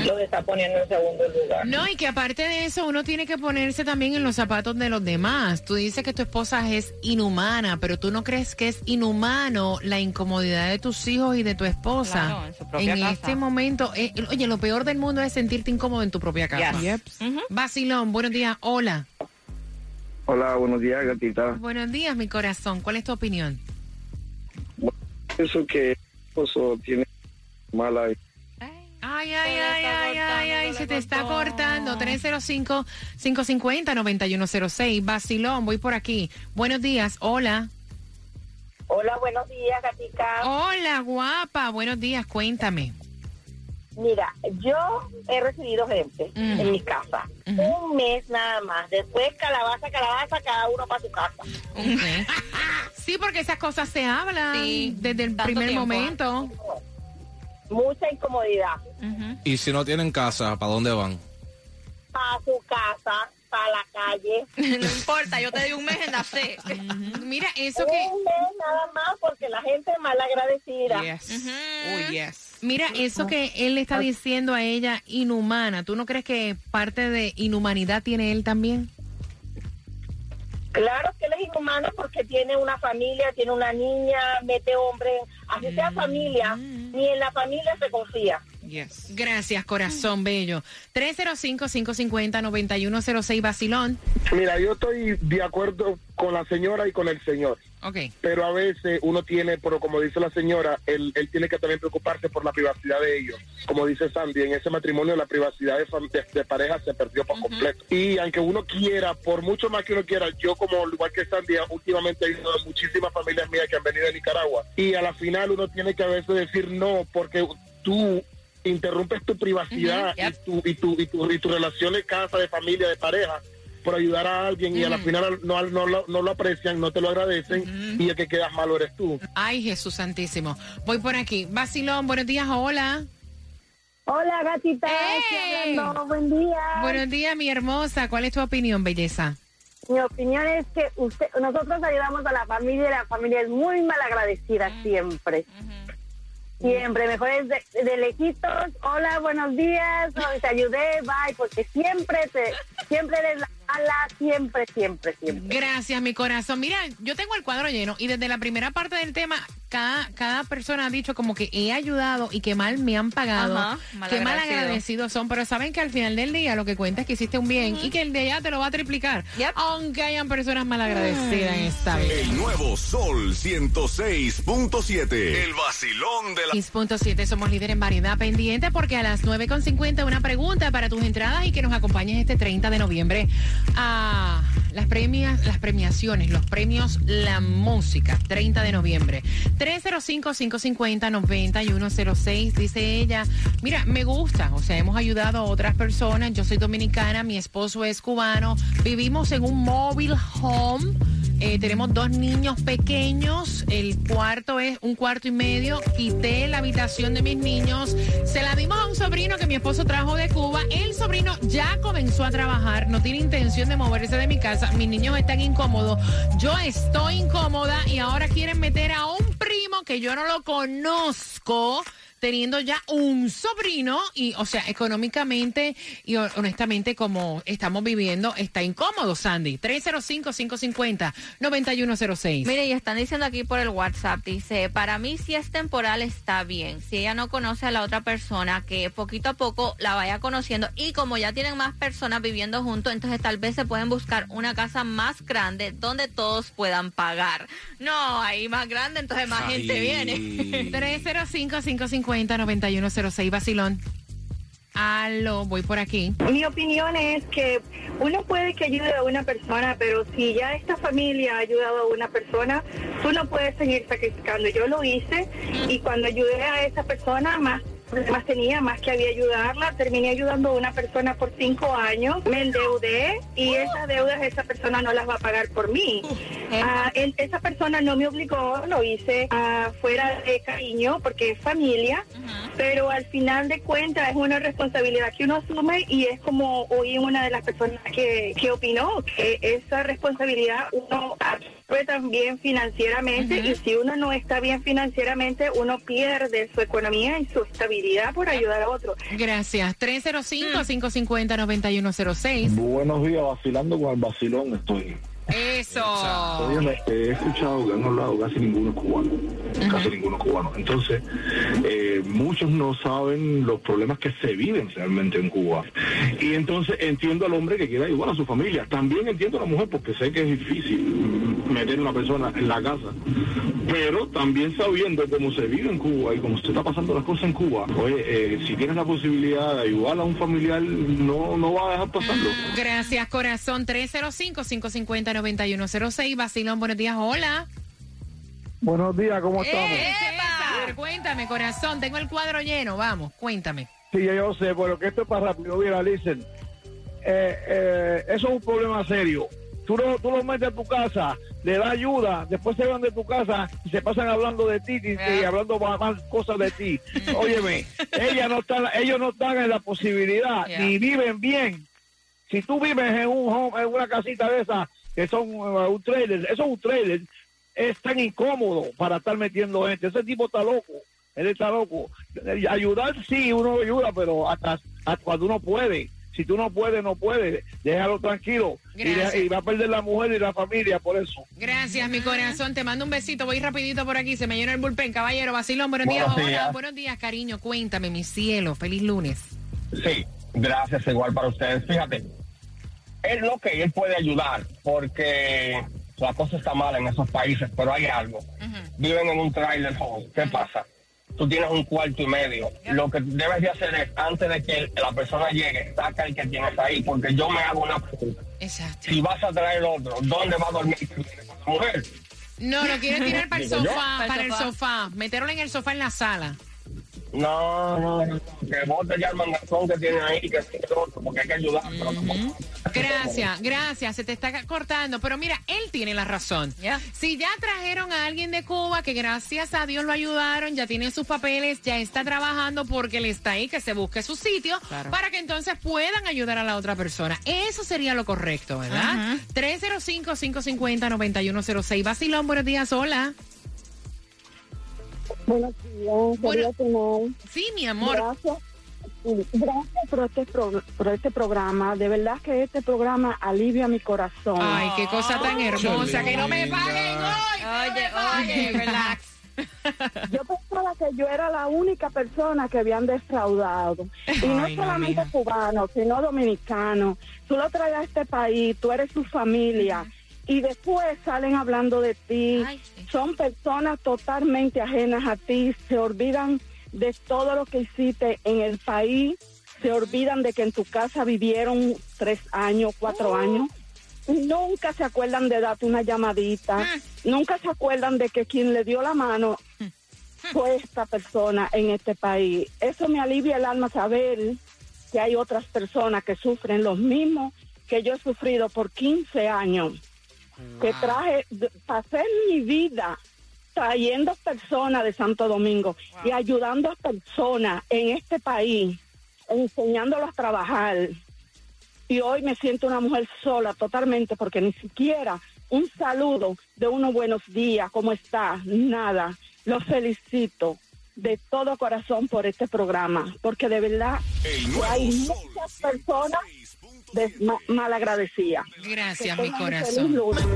los está poniendo en segundo lugar. No, y que aparte de eso, uno tiene que ponerse también en los zapatos de los demás. Tú dices que tu esposa es inhumana, pero tú no crees que es inhumano la incomodidad de tus hijos y de tu esposa. Claro, en su propia en casa. este momento, eh, oye, lo peor del mundo es sentirte incómodo en tu propia casa. Yes. Yep. Vacilón, buenos días, hola. Hola, buenos días, gatita. Buenos días, mi corazón. ¿Cuál es tu opinión? Pienso que el esposo tiene mala... Ay, ay, ay, ay, ay, ay, se te está cortando. tres cero cinco, cinco cinco cero, nueve uno cero seis. Vacilón, voy por aquí. Buenos días, hola. Hola, buenos días, gatica. Hola, guapa. Buenos días, cuéntame. Mira, yo he recibido gente Mm. en mi casa. Un mes nada más. Después, calabaza, calabaza, cada uno para su casa. Okay. Sí, porque esas cosas se hablan desde el primer tiempo. momento. Mucha incomodidad. Y si no tienen casa, ¿para dónde van? Para su casa, para la calle. No importa, yo te doy un mes en la C. Mira, eso Un que... mes nada más porque la gente es mal agradecida. Yes. Oh, yes. Mira, eso que él le está diciendo a ella, inhumana, ¿tú no crees que parte de inhumanidad tiene él también? Claro que él es inhumano porque tiene una familia, tiene una niña, mete hombre, así sea familia, ni en la familia se confía. Yes. Gracias, corazón bello. tres cero cinco, cinco cinco cero, nueve uno cero seis, Vacilón. Mira, yo estoy de acuerdo con la señora y con el señor. Ok. Pero a veces uno tiene, pero como dice la señora, él, él tiene que también preocuparse por la privacidad de ellos. Como dice Sandy, en ese matrimonio la privacidad de, fam- de, de pareja se perdió por completo. Y aunque uno quiera, por mucho más que uno quiera, yo como igual que Sandy, últimamente he ido a muchísimas familias mías que han venido de Nicaragua. Y a la final uno tiene que a veces decir no, porque tú interrumpes tu privacidad Ujú, yep. y, tu, y, tu, y, tu, y tu relación de casa, de familia, de pareja, por ayudar a alguien y a la Mm. final no, no, lo- no lo aprecian, no te lo agradecen y el que quedas malo eres tú. Ay, Jesús santísimo. Voy por aquí. Vacilón, buenos días, hola. Hola, gatita. ¡Ey! hablando. Buen día. Buenos días, mi hermosa. ¿Cuál es tu opinión, belleza? Mi opinión es que usted, nosotros ayudamos a la familia y la familia es muy mal agradecida siempre. Siempre, mejor es de, de lejitos, hola, buenos días, o te ayudé, bye, porque siempre te, siempre eres la mala, siempre, siempre, siempre. Gracias, mi corazón. Mira, yo tengo el cuadro lleno y desde la primera parte del tema, cada, cada persona ha dicho como que he ayudado y que mal me han pagado, Ajá, mal que mal agradecido. agradecidos son, pero saben que al final del día lo que cuenta es que hiciste un bien y que el de allá te lo va a triplicar, aunque hayan personas mal agradecidas en esta vida. El nuevo Sol ciento seis punto siete. El vacilón de la... seis punto siete, somos líder en variedad pendiente porque a las nueve con cincuenta una pregunta para tus entradas y que nos acompañes este treinta de noviembre a las premias, las premiaciones, los premios La Música, treinta de noviembre. tres cero cinco, cinco cinco cero, nueve uno cero seis, dice ella, mira, me gusta, o sea, hemos ayudado a otras personas, yo soy dominicana, mi esposo es cubano, vivimos en un mobile home. Eh, tenemos dos niños pequeños, el cuarto es un cuarto y medio, quité la habitación de mis niños, se la dimos a un sobrino que mi esposo trajo de Cuba, el sobrino ya comenzó a trabajar, no tiene intención de moverse de mi casa, mis niños están incómodos, yo estoy incómoda y ahora quieren meter a un primo que yo no lo conozco, teniendo ya un sobrino y, o sea, económicamente y honestamente como estamos viviendo, está incómodo, Sandy. tres cero cinco, cinco cinco cero, nueve uno cero seis. Mire, y están diciendo aquí por el WhatsApp, dice, para mí si es temporal está bien. Si ella no conoce a la otra persona, que poquito a poco la vaya conociendo y como ya tienen más personas viviendo juntos, entonces tal vez se pueden buscar una casa más grande donde todos puedan pagar. No, ahí más grande, entonces más Ay. gente viene. tres cero cinco, cinco cinco cero, nueve uno cero seis, Vacilón. Aló, voy por aquí. Mi opinión es que uno puede que ayude a una persona, pero si ya esta familia ha ayudado a una persona, tú no puedes seguir sacrificando. Yo lo hice y cuando ayudé a esa persona, más problemas tenía, más que había ayudarla, terminé ayudando a una persona por cinco años, me endeudé y esas deudas esa persona no las va a pagar por mí. Ah, él- esa persona no me obligó, lo hice ah, fuera de cariño porque es familia, pero al final de cuentas es una responsabilidad que uno asume y es como oí una de las personas que, que opinó que esa responsabilidad uno pues también financieramente, uh-huh. y si uno no está bien financieramente, uno pierde su economía y su estabilidad por ayudar a otros. Gracias. tres cero cinco, cinco cinco cero, nueve uno cero seis. Buenos días, vacilando con el vacilón estoy. Eso. Oye, he escuchado que han hablado casi ninguno cubano, uh-huh. casi ninguno cubano. Entonces, eh, muchos no saben los problemas que se viven realmente en Cuba. Y entonces entiendo al hombre que quiere ayudar a su familia. También entiendo a la mujer porque sé que es difícil meter a una persona en la casa. Pero también sabiendo cómo se vive en Cuba y cómo se está pasando las cosas en Cuba, oye, eh, si tienes la posibilidad de ayudar a un familiar, no, no va a dejar pasarlo. Gracias, corazón. tres cero cinco, cinco cinco cero, nueve uno cero seis. Vacilón, buenos días, hola. Buenos días, ¿cómo estamos? Eh, César, cuéntame, corazón, tengo el cuadro lleno, vamos, cuéntame. Sí, yo sé, pero que esto es para rápido. Mira, listen, eh, eh, eso es un problema serio. Tú lo, tú lo metes a tu casa, le das ayuda, después se van de tu casa y se pasan hablando de ti y, y hablando más, más cosas de ti. Óyeme, ella no está, ellos no están en la posibilidad, yeah. ni viven bien. Si tú vives en un home, en una casita de esas, que son uh, un trailer, eso es un trailer, es tan incómodo para estar metiendo gente. Ese tipo está loco, él está loco. Ayudar sí, uno ayuda, pero hasta, hasta cuando uno puede. Si tú no puedes, no puedes, déjalo tranquilo. Y, de, y va a perder la mujer y la familia por eso. Gracias, mi corazón, te mando un besito, voy rapidito por aquí, se me llenó el bullpen, caballero. Vacilón, buenos, buenos días, días. Hola, buenos días, cariño, cuéntame, mi cielo, feliz lunes. Sí, gracias, igual para ustedes. Fíjate, él lo que él puede ayudar, porque la cosa está mala en esos países, pero hay algo. Uh-huh. Viven en un trailer home. ¿Qué uh-huh. pasa? Tú tienes un cuarto y medio. Yeah. Lo que debes de hacer es, antes de que la persona llegue, saca el que tienes ahí, porque yo me hago una pregunta. Exacto. Si vas a traer otro, ¿dónde va a dormir la mujer? No, lo quiere tirar para el sofá, yo? para el sofá. Meterlo en el sofá en la sala. No, no, no, que bote ya el mangazón que tiene ahí, que es otro, porque hay que ayudar. Uh-huh. Gracias, gracias, se te está cortando, pero mira, él tiene la razón. Yeah. Si ya trajeron a alguien de Cuba, que gracias a Dios lo ayudaron, ya tiene sus papeles, ya está trabajando porque él está ahí, que se busque su sitio, claro, para que entonces puedan ayudar a la otra persona. Eso sería lo correcto, ¿verdad? Uh-huh. tres cero cinco, cinco cinco cero, nueve uno cero seis. Vacilón, buenos días, hola. Buenos días, bueno, tener. Sí, mi amor. Gracias, gracias por este, pro, por este programa. De verdad que este programa alivia mi corazón. Ay, qué cosa tan hermosa. Que no me paguen hoy. Oye, oye, relax. Yo pensaba que yo era la única persona que habían defraudado. Y no Ay, solamente no, cubanos, sino dominicanos. Tú lo traes a este país, tú eres su familia. Uh-huh. Y después salen hablando de ti. Ay, sí. Son personas totalmente ajenas a ti, se olvidan de todo lo que hiciste en el país, se olvidan de que en tu casa vivieron tres años, cuatro uh. años. Nunca se acuerdan de darte una llamadita, uh. nunca se acuerdan de que quien le dio la mano uh. fue esta persona en este país. Eso me alivia el alma saber que hay otras personas que sufren lo mismo que yo he sufrido por quince años. Wow. Que traje, pasé mi vida trayendo personas de Santo Domingo, wow, y ayudando a personas en este país, enseñándolos a trabajar. Y hoy me siento una mujer sola totalmente porque ni siquiera un saludo de unos buenos días, ¿cómo está? Nada. Los felicito de todo corazón por este programa, porque de verdad hay muchas personas de ma malagradecida. Gracias, mi corazón.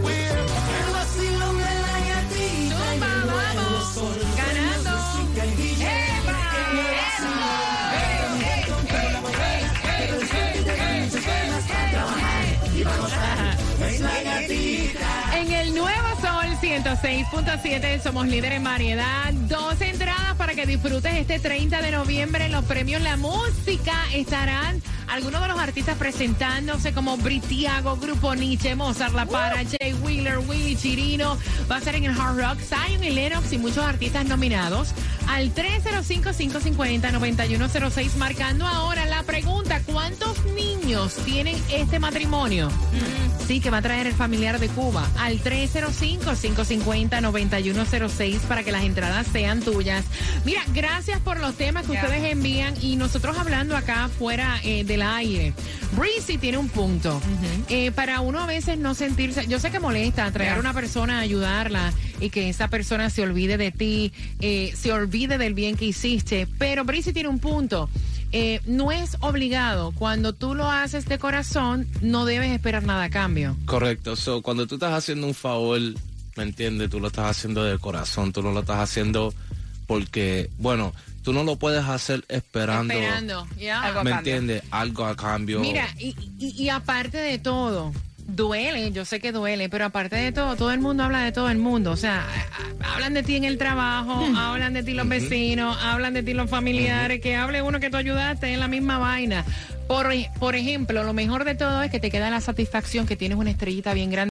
En el Nuevo Sol ciento seis punto siete somos líderes en variedad. Dos entradas para que disfrutes este treinta de noviembre en los premios La Música. Estarán algunos de los artistas presentándose como Britiago, Grupo Nietzsche, Mozart La Para, Jay Wheeler, Willy Chirino. Va a ser en el Hard Rock, Zion y Lennox y muchos artistas nominados. Al tres cero cinco, cinco cinco cero, nueve uno cero seis, marcando ahora la pregunta: ¿cuántos niños tienen este matrimonio? Mm. Sí, que va a traer el familiar de Cuba. Al tres cero cinco, cinco cinco cero, nueve uno cero seis para que las entradas sean tuyas. Mira, gracias por los temas que yeah. ustedes envían y nosotros hablando acá fuera eh, de del aire. Breezy tiene un punto. Uh-huh. eh, para uno a veces no sentirse, yo sé que molesta traer yeah. a una persona a ayudarla y que esa persona se olvide de ti, eh, se olvide del bien que hiciste, pero Breezy tiene un punto. Eh, no es obligado. Cuando tú lo haces de corazón, no debes esperar nada a cambio. Correcto. So, cuando tú estás haciendo un favor, ¿me entiendes? Tú lo estás haciendo de corazón, tú no lo estás haciendo porque, bueno, tú no lo puedes hacer esperando. Esperando, ya. Yeah. ¿Me entiendes? Algo a cambio. Mira, y, y, y aparte de todo, duele, yo sé que duele, pero aparte de todo, todo el mundo habla de todo el mundo. O sea, hablan de ti en el trabajo, mm. hablan de ti los vecinos, uh-huh. hablan de ti los familiares, uh-huh. que hable uno que tú ayudaste en la misma vaina. Por, por ejemplo, lo mejor de todo es que te queda la satisfacción que tienes una estrellita bien grande